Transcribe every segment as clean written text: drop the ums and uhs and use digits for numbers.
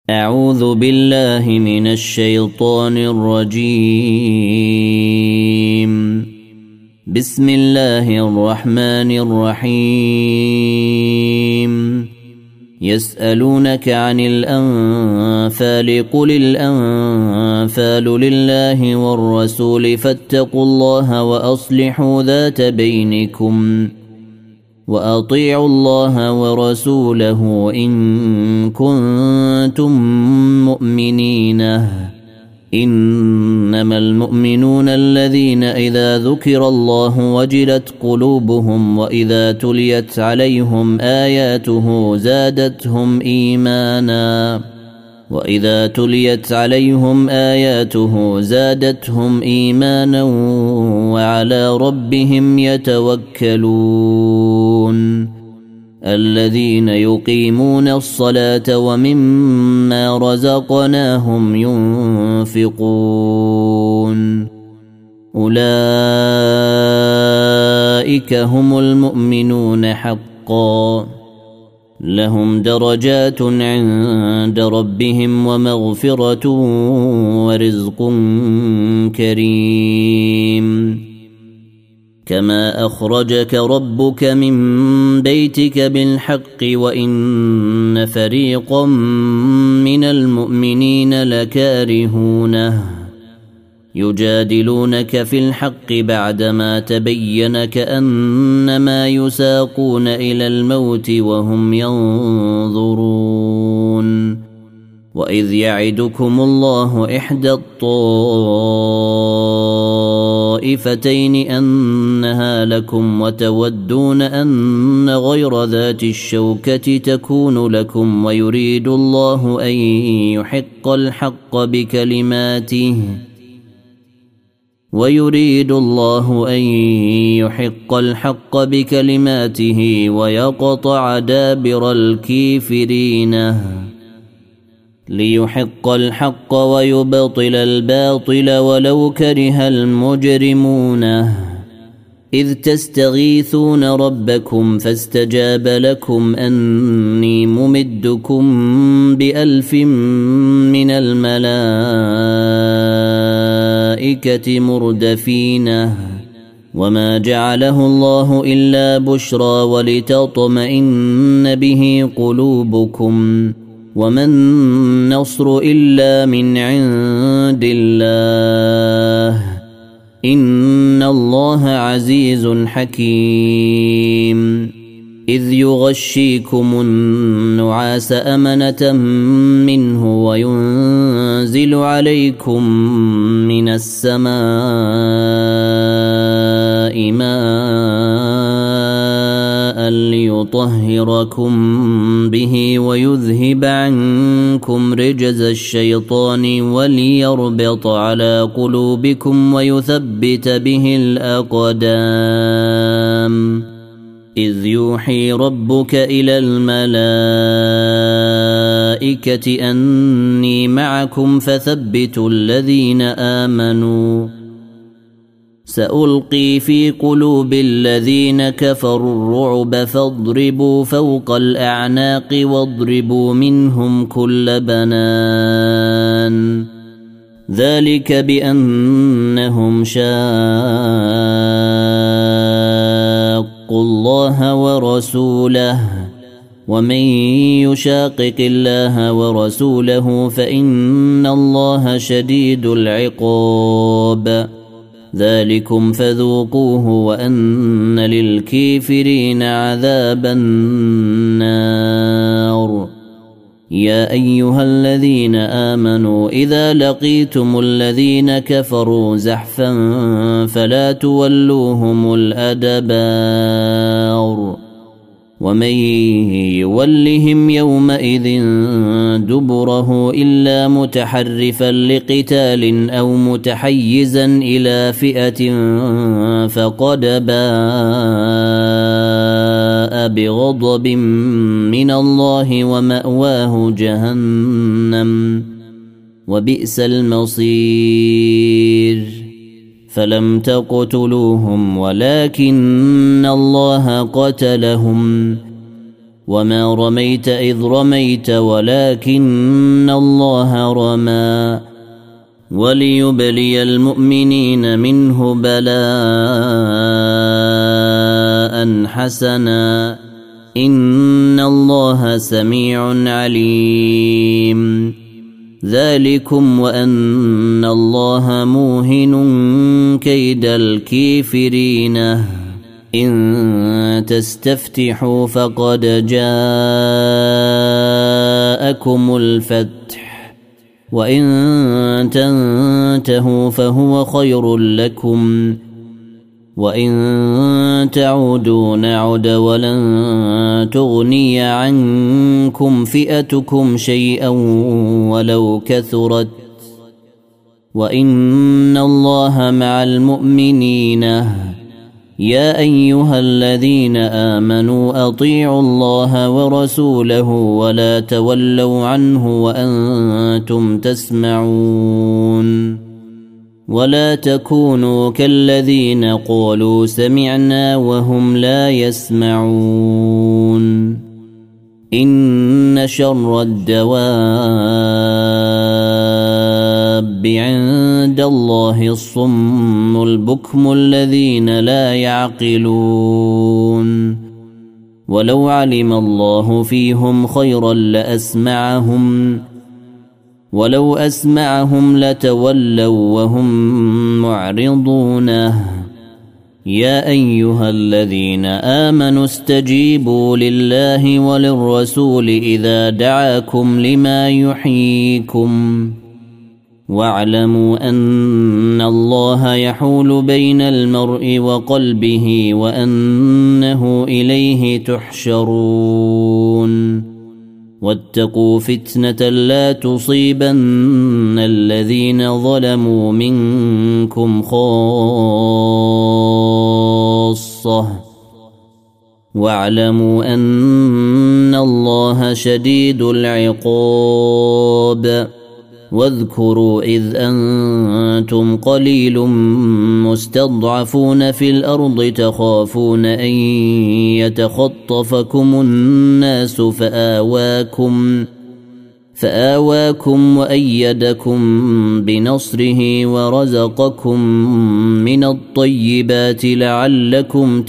أعوذ بالله من الشيطان الرجيم. بسم الله الرحمن الرحيم. يسألونك عن الأنفال قل الأنفال لله والرسول فاتقوا الله وأصلحوا ذات بينكم وأطيعوا الله ورسوله إن كنتم مؤمنين. إنما المؤمنون الذين إذا ذكر الله وجلت قلوبهم وإذا تليت عليهم آياته زادتهم إيمانا وعلى ربهم يتوكلون. الذين يقيمون الصلاة ومما رزقناهم ينفقون أولئك هم المؤمنون حقا لهم درجات عند ربهم ومغفرة ورزق كريم. كما أخرجك ربك من بيتك بالحق وإن فريقا من المؤمنين لكارهونه يجادلونك في الحق بعدما تبين كأنما يساقون إلى الموت وهم ينظرون. وإذ يعدكم الله إحدى الطائفتين أنها لكم وتودون أن غير ذات الشوكة تكون لكم ويريد الله أن يحق الحق بكلماته ويقطع دابر الكافرين ليحق الحق ويبطل الباطل ولو كره المجرمون. إذ تستغيثون ربكم فاستجاب لكم أني ممدكم ب1000 من الملائكة مردفين. وما جعله الله إلا بشرى ولتطمئن به قلوبكم وما النصر إلا من عند الله إن الله عزيز حكيم. إذ يغشيكم النعاس أمنة منه وينزل عليكم من السماء ماء ليطهركم به ويذهب عنكم رجز الشيطان وليربط على قلوبكم ويثبت به الأقدام. إذ يوحي ربك إلى الملائكة أني معكم فثبتوا الذين آمنوا سألقي في قلوب الذين كفروا الرعب فاضربوا فوق الأعناق واضربوا منهم كل بنان. ذلك بأنهم شاقوا الله ورسوله ومن يشاقق الله ورسوله فإن الله شديد العقاب. ذلكم فذوقوه وأن للكافرين عذاب النار. يا أيها الذين آمنوا إذا لقيتم الذين كفروا زحفا فلا تولوهم الأدبار. ومن يولهم يومئذ دبره إلا متحرفا لقتال أو متحيزا إلى فئة فقد باء بغضب من الله ومأواه جهنم وبئس المصير. فلم تقتلوهم ولكن الله قتلهم وما رميت إذ رميت ولكن الله رمى وليبلي المؤمنين منه بلاء حسنا إن الله سميع عليم ذلكم وأن الله موهن كيد الكافرين إن تستفتحوا فقد جاءكم الفتح وإن تنتهوا فهو خير لكم وإن تعودوا نعد ولن تغني عنكم فئتكم شيئا ولو كثرت وإن الله مع المؤمنين يا أيها الذين آمنوا أطيعوا الله ورسوله ولا تولوا عنه وأنتم تسمعون ولا تكونوا كالذين قالوا سمعنا وهم لا يسمعون إن شر الدواب عند الله الصم البكم الذين لا يعقلون ولو علم الله فيهم خيرا لأسمعهم ولو أسمعهم لتولوا وهم معرضون يا أيها الذين آمنوا استجيبوا لله وللرسول إذا دعاكم لما يحييكم واعلموا أن الله يحول بين المرء وقلبه وأنه إليه تحشرون واتقوا فتنة لا تصيبن الذين ظلموا منكم خاصة واعلموا أن الله شديد العقاب واذكروا إذ أنتم قليل مستضعفون في الأرض تخافون أن يتخطفكم الناس فآواكم وأيدكم بنصره ورزقكم من الطيبات لعلكم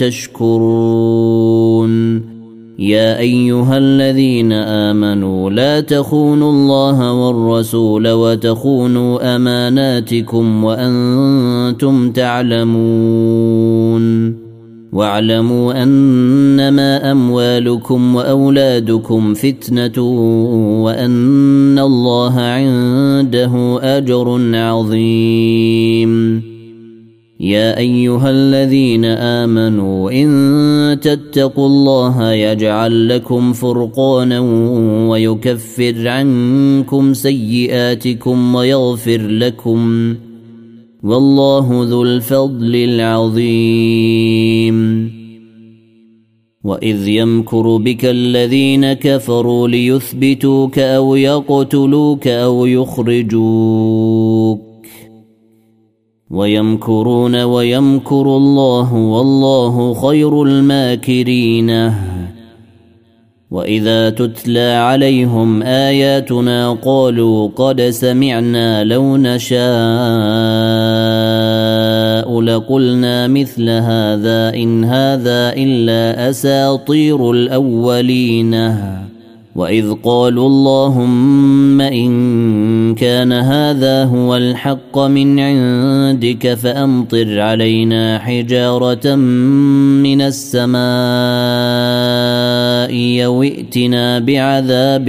تشكرون يا أيها الذين آمنوا لا تخونوا الله والرسول وتخونوا أماناتكم وأنتم تعلمون واعلموا أنما أموالكم وأولادكم فتنة وأن الله عنده أجر عظيم يا أيها الذين آمنوا إن تتقوا الله يجعل لكم فرقانا ويكفر عنكم سيئاتكم ويغفر لكم والله ذو الفضل العظيم وإذ يمكر بك الذين كفروا ليثبتوك أو يقتلوك أو يخرجوك ويمكرون ويمكر الله والله خير الماكرين وإذا تتلى عليهم آياتنا قالوا قد سمعنا لو نشاء لقلنا مثل هذا إن هذا إلا أساطير الأولين وإذ قالوا اللهم إن كان هذا هو الحق من عندك فأمطر علينا حجارة من السماء يوئتنا بعذاب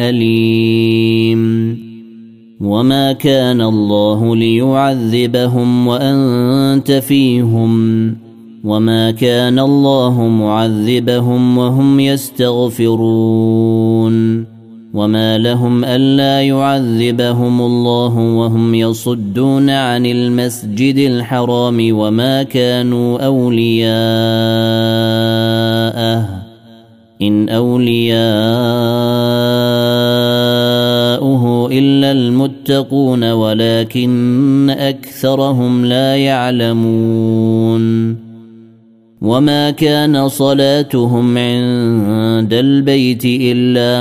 أليم وما كان الله ليعذبهم وأنت فيهم وما كان الله معذبهم وهم يستغفرون وما لهم ألا يعذبهم الله وهم يصدون عن المسجد الحرام وما كانوا أولياءه إن أولياؤه إلا المتقون ولكن أكثرهم لا يعلمون وما كان صلاتهم عند البيت إلا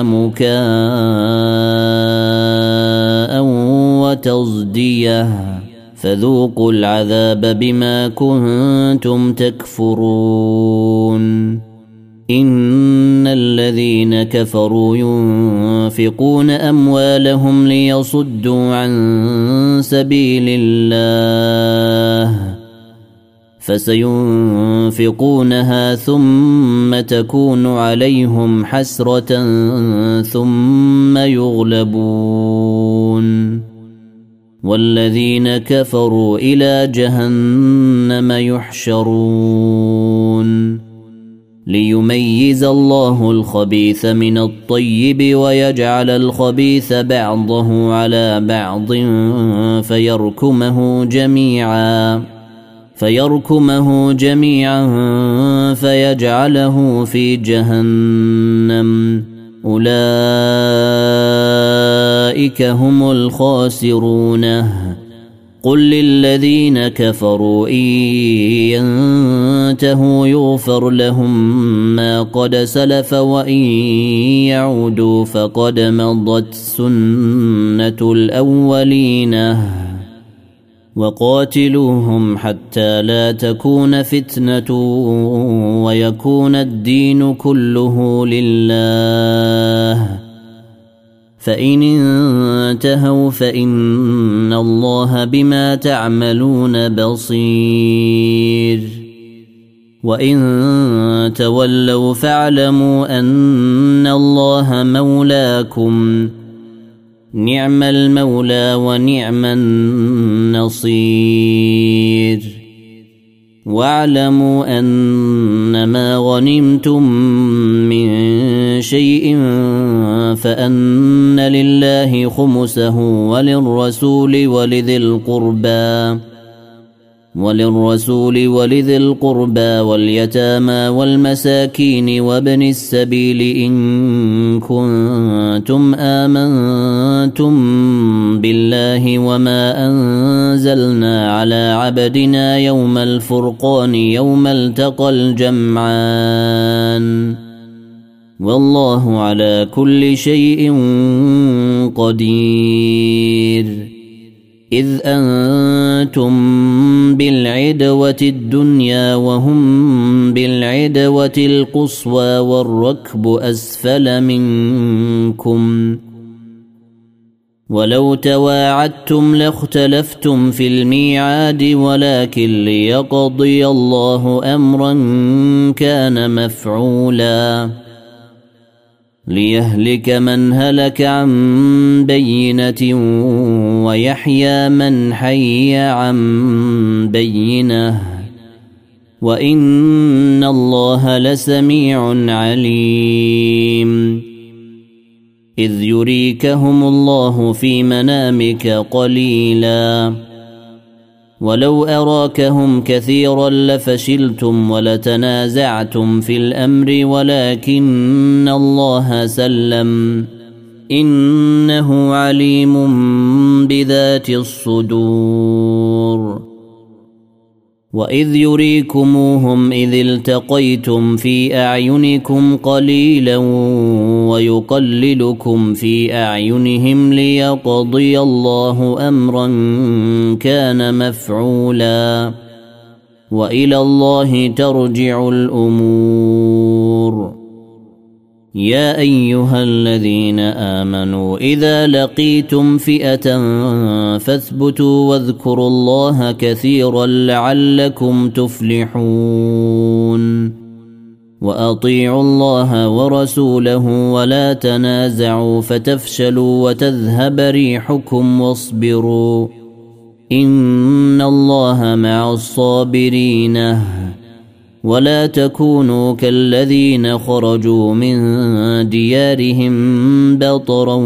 مكاء وتصدية فذوقوا العذاب بما كنتم تكفرون إن الذين كفروا ينفقون أموالهم ليصدوا عن سبيل الله فسينفقونها ثم تكون عليهم حسرة ثم يغلبون والذين كفروا إلى جهنم يحشرون ليميز الله الخبيث من الطيب ويجعل الخبيث بعضه على بعض فيركمه جميعا فيجعله في جهنم أولئك هم الخاسرون قل للذين كفروا إن ينتهوا يغفر لهم ما قد سلف وإن يعودوا فقد مضت سنة الأولين وقاتلوهم حتى لا تكون فتنة ويكون الدين كله لله فإن انتهوا فإن الله بما تعملون بصير وإن تولوا فاعلموا أن الله مولاكم نعم المولى ونعم النصير واعلموا أنما غنمتم من شيء فأن لله خمسه وللرسول ولذي القربى واليتامى والمساكين وابن السبيل إن كنتم آمنتم بالله وما أنزلنا على عبدنا يوم الفرقان يوم التقى الجمعان والله على كل شيء قدير إذ أنتم بالعدوة الدنيا وهم بالعدوة القصوى والركب أسفل منكم ولو تواعدتم لاختلفتم في الميعاد ولكن ليقضي الله أمرا كان مفعولا ليهلك من هلك عن بينة ويحيى من حي عن بينة وإن الله لسميع عليم إذ يريكهم الله في منامك قليلا ولو أراكهم كثيرا لفشلتم ولتنازعتم في الأمر ولكن الله سلم إنه عليم بذات الصدور وإذ يريكموهم إذ التقيتم في أعينكم قليلا ويقللكم في أعينهم ليقضي الله أمرا كان مفعولا وإلى الله ترجع الأمور يا أيها الذين آمنوا إذا لقيتم فئة فاثبتوا واذكروا الله كثيرا لعلكم تفلحون وأطيعوا الله ورسوله ولا تنازعوا فتفشلوا وتذهب ريحكم واصبروا إن الله مع الصابرين ولا تكونوا كالذين خرجوا من ديارهم بطرا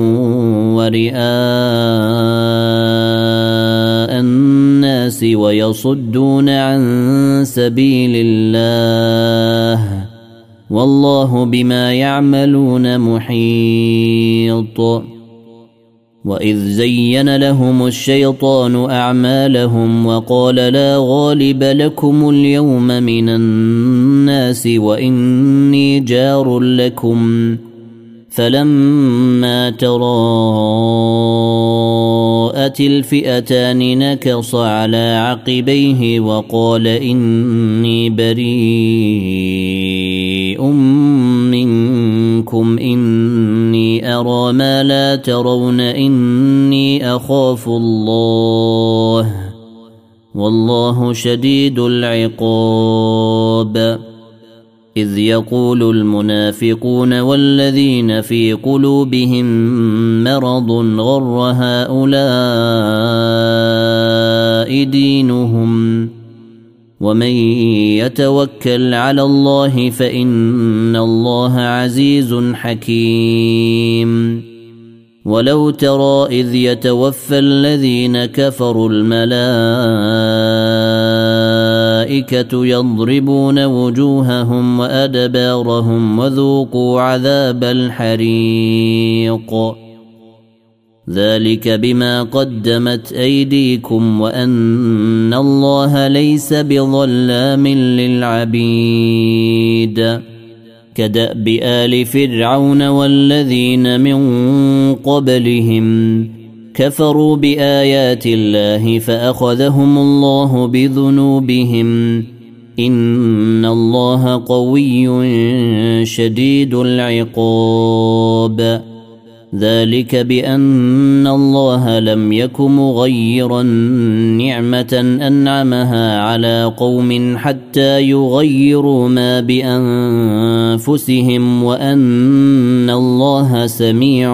ورئاء الناس ويصدون عن سبيل الله والله بما يعملون محيط وإذ زين لهم الشيطان أعمالهم وقال لا غالب لكم اليوم من الناس وإني جار لكم فلما تراءت الفئتان نكص على عقبيه وقال إني بريء منكم إني أرى ما لا ترون إني أخاف الله والله شديد العقاب إذ يقول المنافقون والذين في قلوبهم مرض غر هؤلاء دينهم ومن يتوكل على الله فإن الله عزيز حكيم ولو ترى إذ يتوفى الذين كفروا الملائكة يضربون وجوههم وأدبارهم وذوقوا عذاب الحريق ذلك بما قدمت أيديكم وأن الله ليس بظلام للعبيد كدأب آل فرعون والذين من قبلهم كفروا بآيات الله فأخذهم الله بذنوبهم إن الله قوي شديد العقاب ذلك بأن الله لم يك مغيرا نعمة أنعمها على قوم حتى يغيروا ما بأنفسهم وأن الله سميع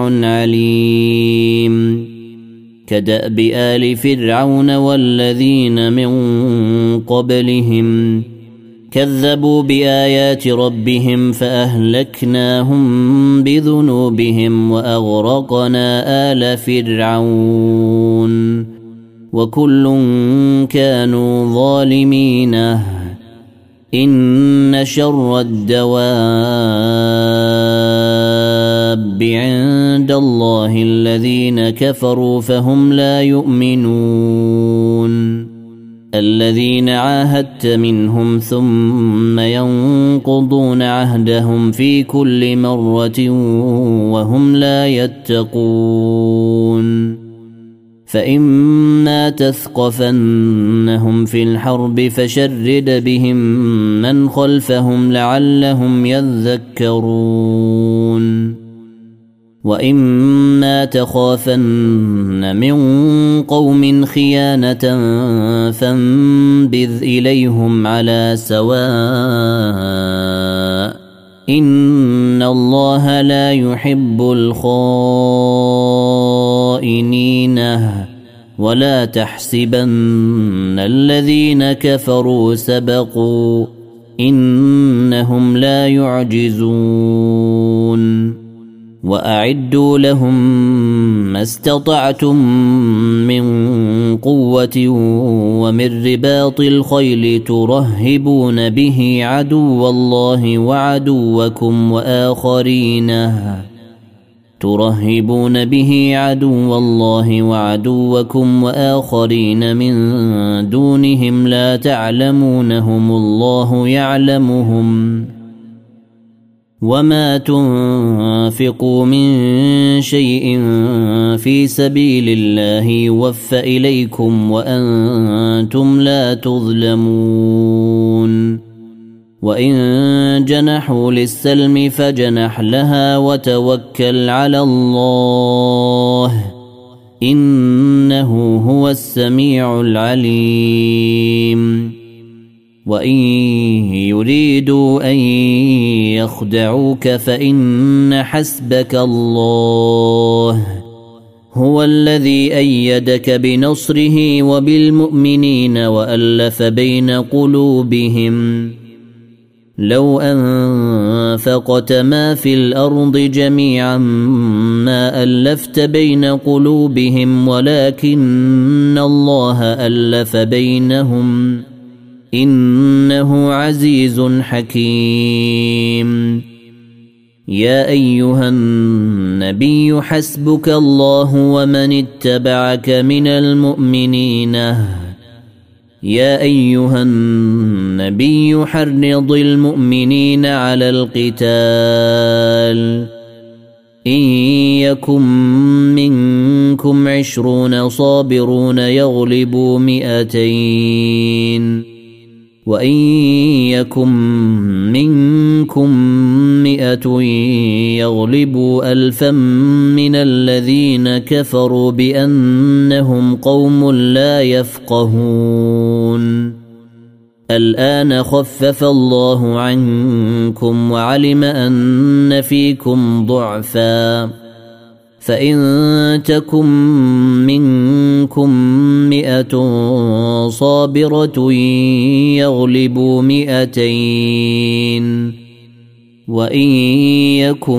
عليم كدأب آل فرعون والذين من قبلهم كذبوا بآيات ربهم فأهلكناهم بذنوبهم وأغرقنا آل فرعون وكل كانوا ظالمين إن شر الدواب عند الله الذين كفروا فهم لا يؤمنون الذين عاهدت منهم ثم ينقضون عهدهم في كل مرة وهم لا يتقون فإما تثقفنهم في الحرب فشرد بهم من خلفهم لعلهم يذكرون وإما تخافن من قوم خيانة فانبذ إليهم على سواء إن الله لا يحب الخائنين ولا تحسبن الذين كفروا سبقوا إنهم لا يعجزون وأعدوا لهم ما استطعتم من قوة ومن رباط الخيل ترهبون به عدو الله وعدوكم وآخرين من دونهم لا تعلمونهم الله يعلمهم وما تنفقوا من شيء في سبيل الله يوفى إليكم وأنتم لا تظلمون وإن جنحوا للسلم فجنح لها وتوكل على الله إنه هو السميع العليم وإن يريدوا أن يخدعوك فإن حسبك الله هو الذي أيدك بنصره وبالمؤمنين وألف بين قلوبهم لو أنفقت ما في الأرض جميعا ما ألفت بين قلوبهم ولكن الله ألف بينهم إنه عزيز حكيم يا أيها النبي حسبك الله ومن اتبعك من المؤمنين يا أيها النبي حرض المؤمنين على القتال إن يكن منكم 20 صابرون يغلبوا 200 وإن يكن منكم 100 يغلبوا 1000 من الذين كفروا بأنهم قوم لا يفقهون الآن خفف الله عنكم وعلم أن فيكم ضعفا فإن تكن منكم 100 صابرة يغلبوا 200 وإن يكن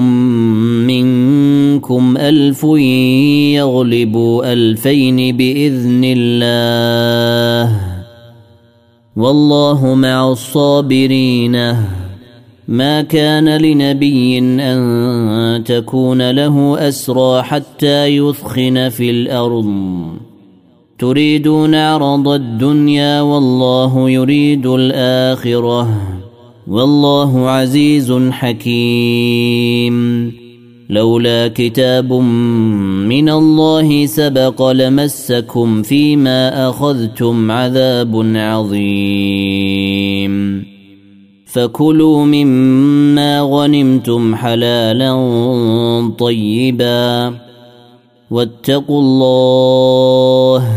منكم 1000 يغلبوا 2000 بإذن الله والله مع الصابرين ما كان لنبي أن تكون له أسرى حتى يثخن في الأرض تريدون عرض الدنيا والله يريد الآخرة والله عزيز حكيم لولا كتاب من الله سبق لمسكم فيما أخذتم عذاب عظيم فكلوا مما غنمتم حلالا طيبا واتقوا الله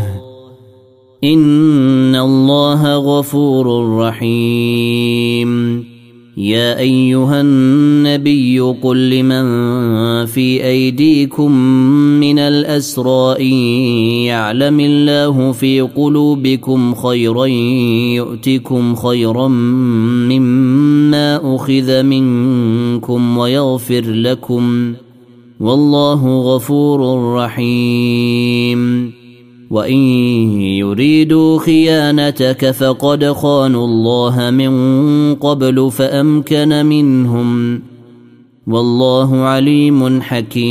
إن الله غفور رحيم يا أيها النبي قل لمن في أيديكم من الأسرى إن يعلم الله في قلوبكم خيرا يؤتكم خيرا مما أخذ منكم ويغفر لكم والله غفور رحيم وإن يريدوا خيانتك فقد خانوا الله من قبل فأمكن منهم والله عليم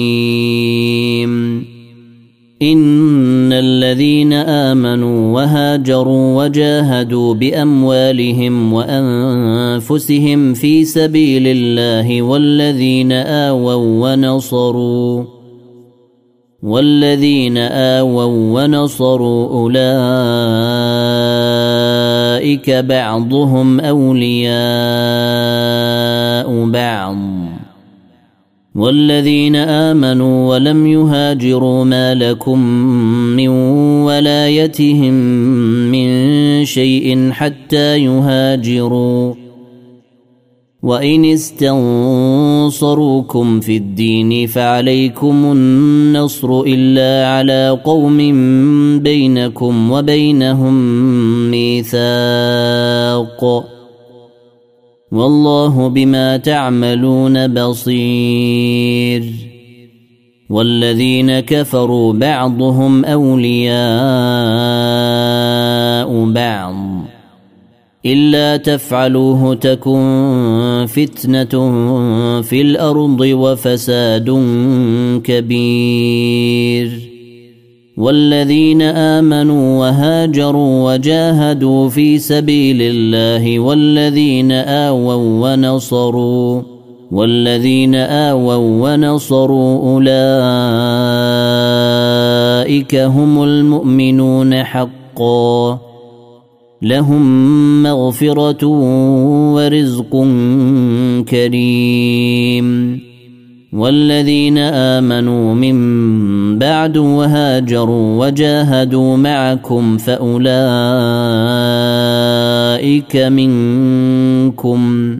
حكيم إن الذين آمنوا وهاجروا وجاهدوا بأموالهم وأنفسهم في سبيل الله والذين آووا ونصروا أولئك بعضهم أولياء بعض والذين آمنوا ولم يهاجروا ما لكم من ولايتهم من شيء حتى يهاجروا وإن استنصروكم في الدين فعليكم النصر إلا على قوم بينكم وبينهم ميثاق والله بما تعملون بصير والذين كفروا بعضهم أولياء بعض إلا تفعلوه تكن فتنة في الأرض وفساد كبير والذين آمنوا وهاجروا وجاهدوا في سبيل الله والذين آووا ونصروا أولئك هم المؤمنون حقا لهم مغفرة ورزق كريم والذين آمنوا من بعد وهاجروا وجاهدوا معكم فأولئك منكم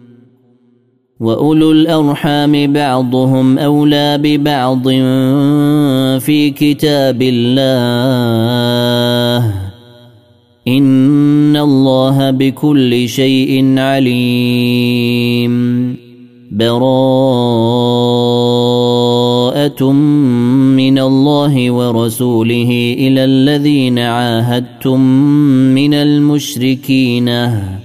وأولو الأرحام بعضهم أولى ببعض في كتاب الله إن الله بكل شيء عليم براءة من الله ورسوله إلى الذين عاهدتم من المشركين